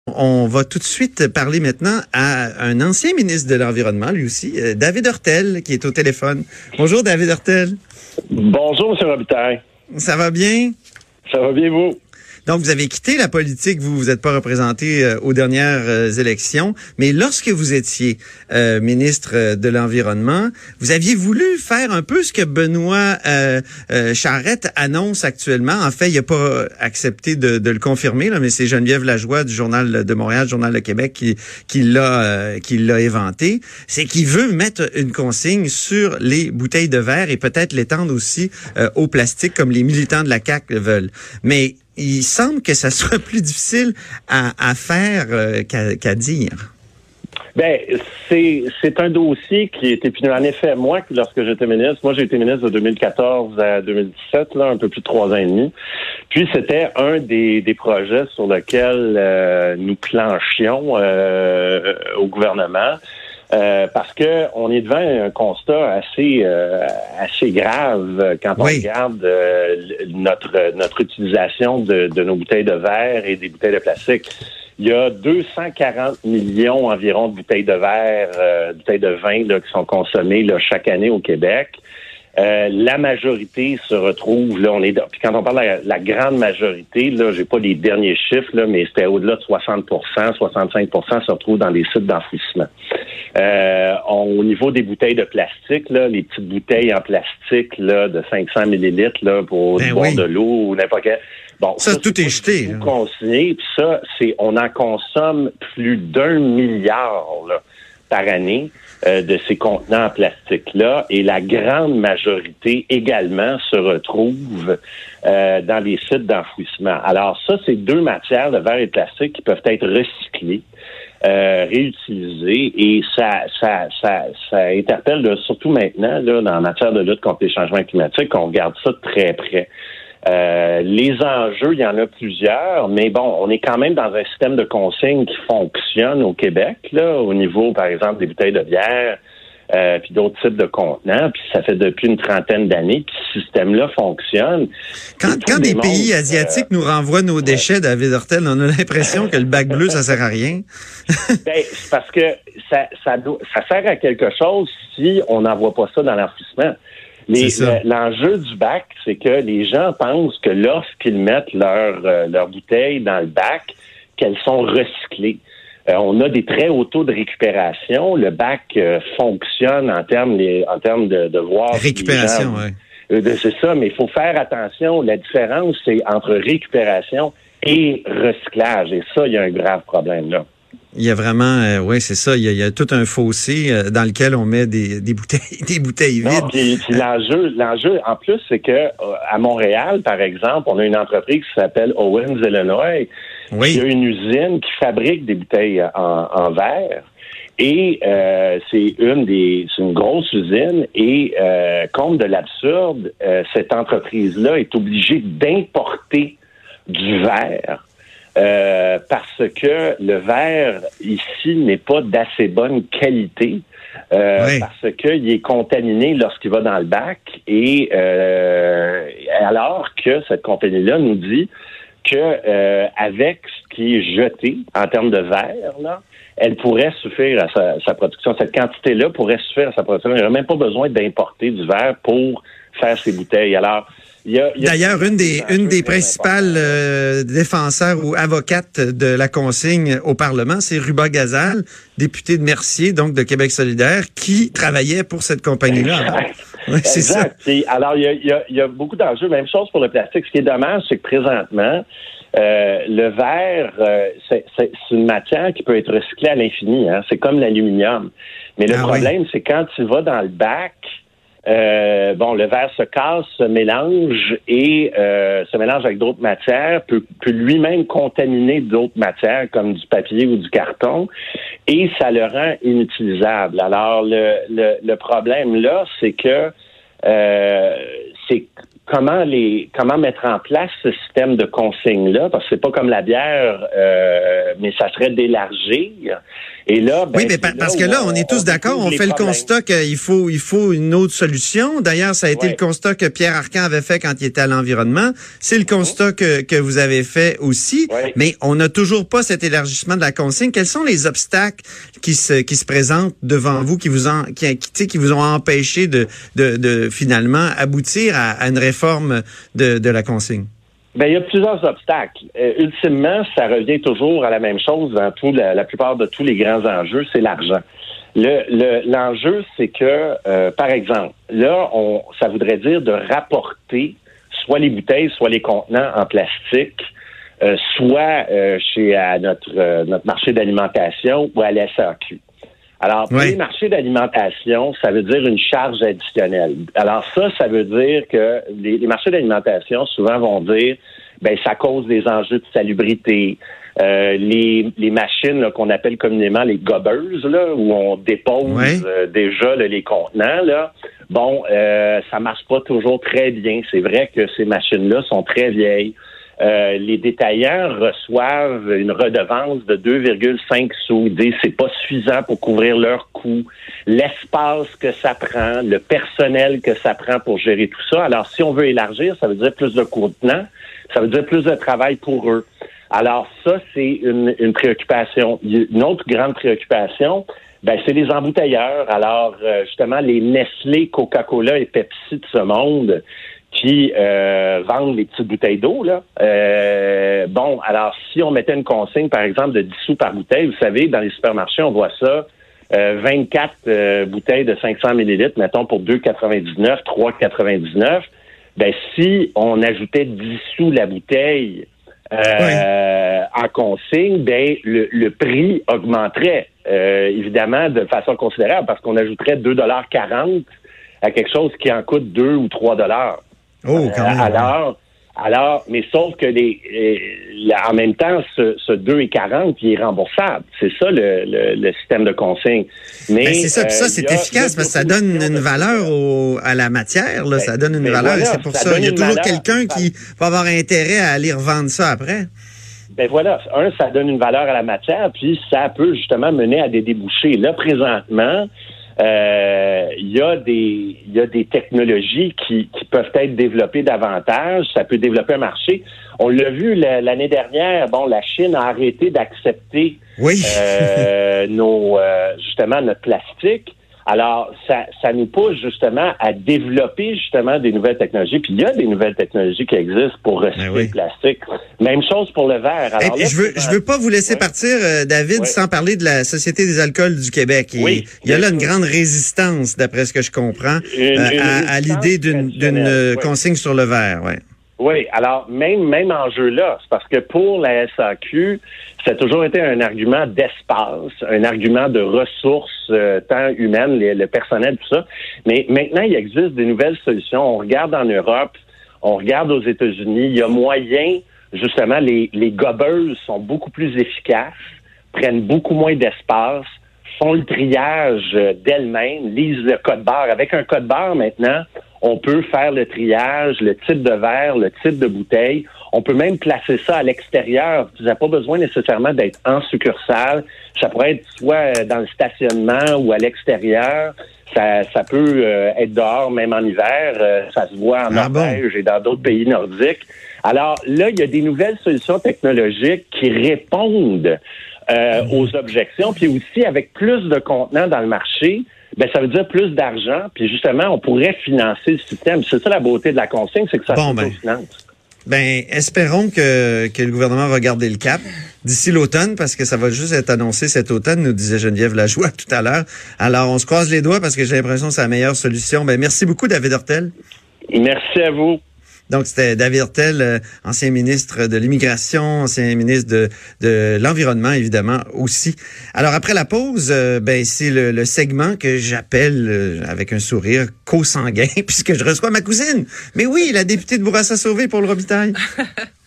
On va tout de suite parler maintenant à un ancien ministre de l'Environnement, lui aussi, David Hurtel, qui est au téléphone. Bonjour, David Hurtel. Bonjour, M. Robitaille. Ça va bien? Ça va bien, vous? Donc, vous avez quitté la politique, vous n'êtes pas représenté aux dernières élections, mais lorsque vous étiez ministre de l'Environnement, vous aviez voulu faire un peu ce que Benoît Charette annonce actuellement. En fait, il n'a pas accepté de le confirmer, là, mais c'est Geneviève Lajoie du Journal de Montréal, du Journal de Québec qui l'a éventé. C'est qu'il veut mettre une consigne sur les bouteilles de verre et peut-être l'étendre aussi au plastique, comme les militants de la CAQ le veulent. Mais il semble que ça soit plus difficile à faire qu'à dire. Ben, c'est un dossier qui est épineux. En effet, moi, lorsque j'étais ministre, j'ai été ministre de 2014 à 2017, là, un peu plus de 3 ans et demi. Puis c'était un des projets sur lequel nous planchions au gouvernement. Parce que on est devant un constat assez grave quand on regarde notre utilisation de nos bouteilles de verre et des bouteilles de plastique. Il y a 240 millions environ de bouteilles de verre, bouteilles de vin là, qui sont consommées là, chaque année au Québec. La majorité se retrouve là, puis quand on parle de la grande majorité, là, j'ai pas les derniers chiffres, là, mais c'était au-delà de 60%, 65% se retrouvent dans les sites d'enfouissement. Au niveau des bouteilles de plastique, là, les petites bouteilles en plastique là, de 500 millilitres là, pour boire de l'eau ou n'importe quel. Bon, ça tout est jeté. Consigné, puis ça, on en consomme plus d'1 milliard là, par année de ces contenants en plastique-là, et la grande majorité également se retrouve dans les sites d'enfouissement. Alors ça, c'est deux matières, le verre et le plastique, qui peuvent être recyclées, réutilisées, et ça interpelle là, surtout maintenant là, dans la matière de lutte contre les changements climatiques, qu'on regarde ça de très près. Les enjeux, il y en a plusieurs, mais bon, on est quand même dans un système de consigne qui fonctionne au Québec, là, au niveau, par exemple, des bouteilles de bière, puis d'autres types de contenants, puis ça fait depuis une trentaine d'années que ce système-là fonctionne. Quand des pays asiatiques nous renvoient nos déchets, David Hurtel, on a l'impression que le bac bleu, ça sert à rien. Ben, c'est parce que ça sert à quelque chose si on n'envoie pas ça dans l'enfouissement. L'enjeu du bac, c'est que les gens pensent que lorsqu'ils mettent leurs bouteilles dans le bac, qu'elles sont recyclées. On a des très hauts taux de récupération. Le bac fonctionne en termes de voir. Récupération, oui. C'est ça, mais il faut faire attention. La différence, c'est entre récupération et recyclage. Et ça, il y a un grave problème là. Il y a vraiment, c'est ça. Il y a tout un fossé dans lequel on met des bouteilles vides. Non, puis l'enjeu, en plus, c'est que à Montréal, par exemple, on a une entreprise qui s'appelle Owens Illinois, qui a une usine qui fabrique des bouteilles en verre. Et c'est une grosse usine. Et compte de l'absurde, cette entreprise-là est obligée d'importer du verre. Parce que le verre ici n'est pas d'assez bonne qualité, parce qu'il est contaminé lorsqu'il va dans le bac, et alors que cette compagnie-là nous dit que avec ce qui est jeté en termes de verre, là, elle pourrait suffire à sa production. Cette quantité-là pourrait suffire à sa production. Il n'y aurait même pas besoin d'importer du verre pour faire ses bouteilles. Alors, d'ailleurs, une des principales défenseurs ou avocates de la consigne au Parlement, c'est Ruba Gazal, députée de Mercier, donc de Québec solidaire, qui travaillait pour cette compagnie-là. Oui, c'est ça. Alors, il y a beaucoup d'enjeux. Même chose pour le plastique. Ce qui est dommage, c'est que présentement, le verre, c'est une matière qui peut être recyclée à l'infini. Hein? C'est comme l'aluminium. Mais le problème, c'est quand tu vas dans le bac, le verre se casse, se mélange avec d'autres matières, peut lui-même contaminer d'autres matières comme du papier ou du carton, et ça le rend inutilisable. Alors le problème là, c'est que c'est comment mettre en place ce système de consigne-là, parce que c'est pas comme la bière, mais ça serait d'élargir. Et là, oui, mais parce que là, on est tous d'accord, on fait le constat qu'il faut une autre solution. D'ailleurs, ça a été le constat que Pierre Arcan avait fait quand il était à l'environnement. C'est le constat que vous avez fait aussi. Mais on n'a toujours pas cet élargissement de la consigne. Quels sont les obstacles qui se présentent devant vous, qui vous ont empêché de finalement aboutir à une réforme de la consigne? Ben, il y a plusieurs obstacles. Ultimement, ça revient toujours à la même chose dans la plupart de tous les grands enjeux, c'est l'argent. L'enjeu, c'est que, par exemple, là, ça voudrait dire de rapporter soit les bouteilles, soit les contenants en plastique, soit à notre marché d'alimentation ou à la SAQ. Alors, pour les marchés d'alimentation, ça veut dire une charge additionnelle. Alors ça veut dire que les marchés d'alimentation, souvent, vont dire, ben ça cause des enjeux de salubrité. Les machines là, qu'on appelle communément les gobbers, là, où on dépose déjà là, les contenants, là, ça marche pas toujours très bien. C'est vrai que ces machines-là sont très vieilles. Les détaillants reçoivent une redevance de 2,5 sous. Ils disent que c'est pas suffisant pour couvrir leurs coûts, l'espace que ça prend, le personnel que ça prend pour gérer tout ça. Alors, si on veut élargir, ça veut dire plus de contenants, ça veut dire plus de travail pour eux. Alors, ça, c'est une préoccupation. Une autre grande préoccupation, c'est les embouteilleurs. Alors, justement, les Nestlé, Coca-Cola et Pepsi de ce monde qui vendent les petites bouteilles d'eau, là. Alors, si on mettait une consigne, par exemple, de 10 sous par bouteille, vous savez, dans les supermarchés, on voit ça, 24 bouteilles de 500 millilitres, mettons, pour 2,99, 3,99. Si on ajoutait 10 sous la bouteille en consigne, le prix augmenterait, évidemment, de façon considérable, parce qu'on ajouterait 2,40 $ à quelque chose qui en coûte 2 ou 3 $. Oh, quand même. Alors, mais sauf que en même temps, ce 2,40 il est remboursable. C'est ça le système de consigne. Mais c'est ça, c'est efficace parce que ça donne une valeur à la matière. Là, ça donne une valeur et c'est pour ça. Il y a toujours quelqu'un qui va avoir intérêt à aller revendre ça après. Ça donne une valeur à la matière, puis ça peut justement mener à des débouchés. Là, présentement, il y a des technologies qui peuvent être développées davantage. Ça peut développer un marché. On l'a vu l'année dernière. La Chine a arrêté d'accepter justement notre plastique. Alors, ça nous pousse justement à développer justement des nouvelles technologies. Puis il y a des nouvelles technologies qui existent pour recycler le plastique. Même chose pour le verre. Alors, je veux pas vous laisser partir, David, sans parler de la Société des alcools du Québec. Il y a là une grande résistance, d'après ce que je comprends, à l'idée d'une consigne sur le verre. Oui, alors même enjeu là, c'est parce que pour la SAQ, ça a toujours été un argument d'espace, un argument de ressources tant humaines, le personnel, tout ça. Mais maintenant, il existe des nouvelles solutions. On regarde en Europe, on regarde aux États-Unis, il y a moyen, justement, les gobbers sont beaucoup plus efficaces, prennent beaucoup moins d'espace, font le triage d'elles-mêmes, lisent le code barre. Avec un code barre maintenant, on peut faire le triage, le type de verre, le type de bouteille. On peut même placer ça à l'extérieur. Vous n'avez pas besoin nécessairement d'être en succursale. Ça pourrait être soit dans le stationnement ou à l'extérieur. Ça peut être dehors, même en hiver. Ça se voit en Norvège et dans d'autres pays nordiques. Alors là, il y a des nouvelles solutions technologiques qui répondent aux objections. Puis aussi, avec plus de contenants dans le marché, ça veut dire plus d'argent, puis justement, on pourrait financer le système. C'est ça la beauté de la consigne, c'est que ça s'autofinance. Espérons que le gouvernement va garder le cap d'ici l'automne, parce que ça va juste être annoncé cet automne, nous disait Geneviève Lajoie tout à l'heure. Alors, on se croise les doigts parce que j'ai l'impression que c'est la meilleure solution. Merci beaucoup, David Hurtel. Merci à vous. Donc, c'était David Hurtel, ancien ministre de l'Immigration, ancien ministre de l'Environnement, évidemment, aussi. Alors, après la pause, c'est le segment que j'appelle, avec un sourire, co-sanguin, puisque je reçois ma cousine. Mais oui, la députée de Bourassa-Sauvé pour le Robitaille.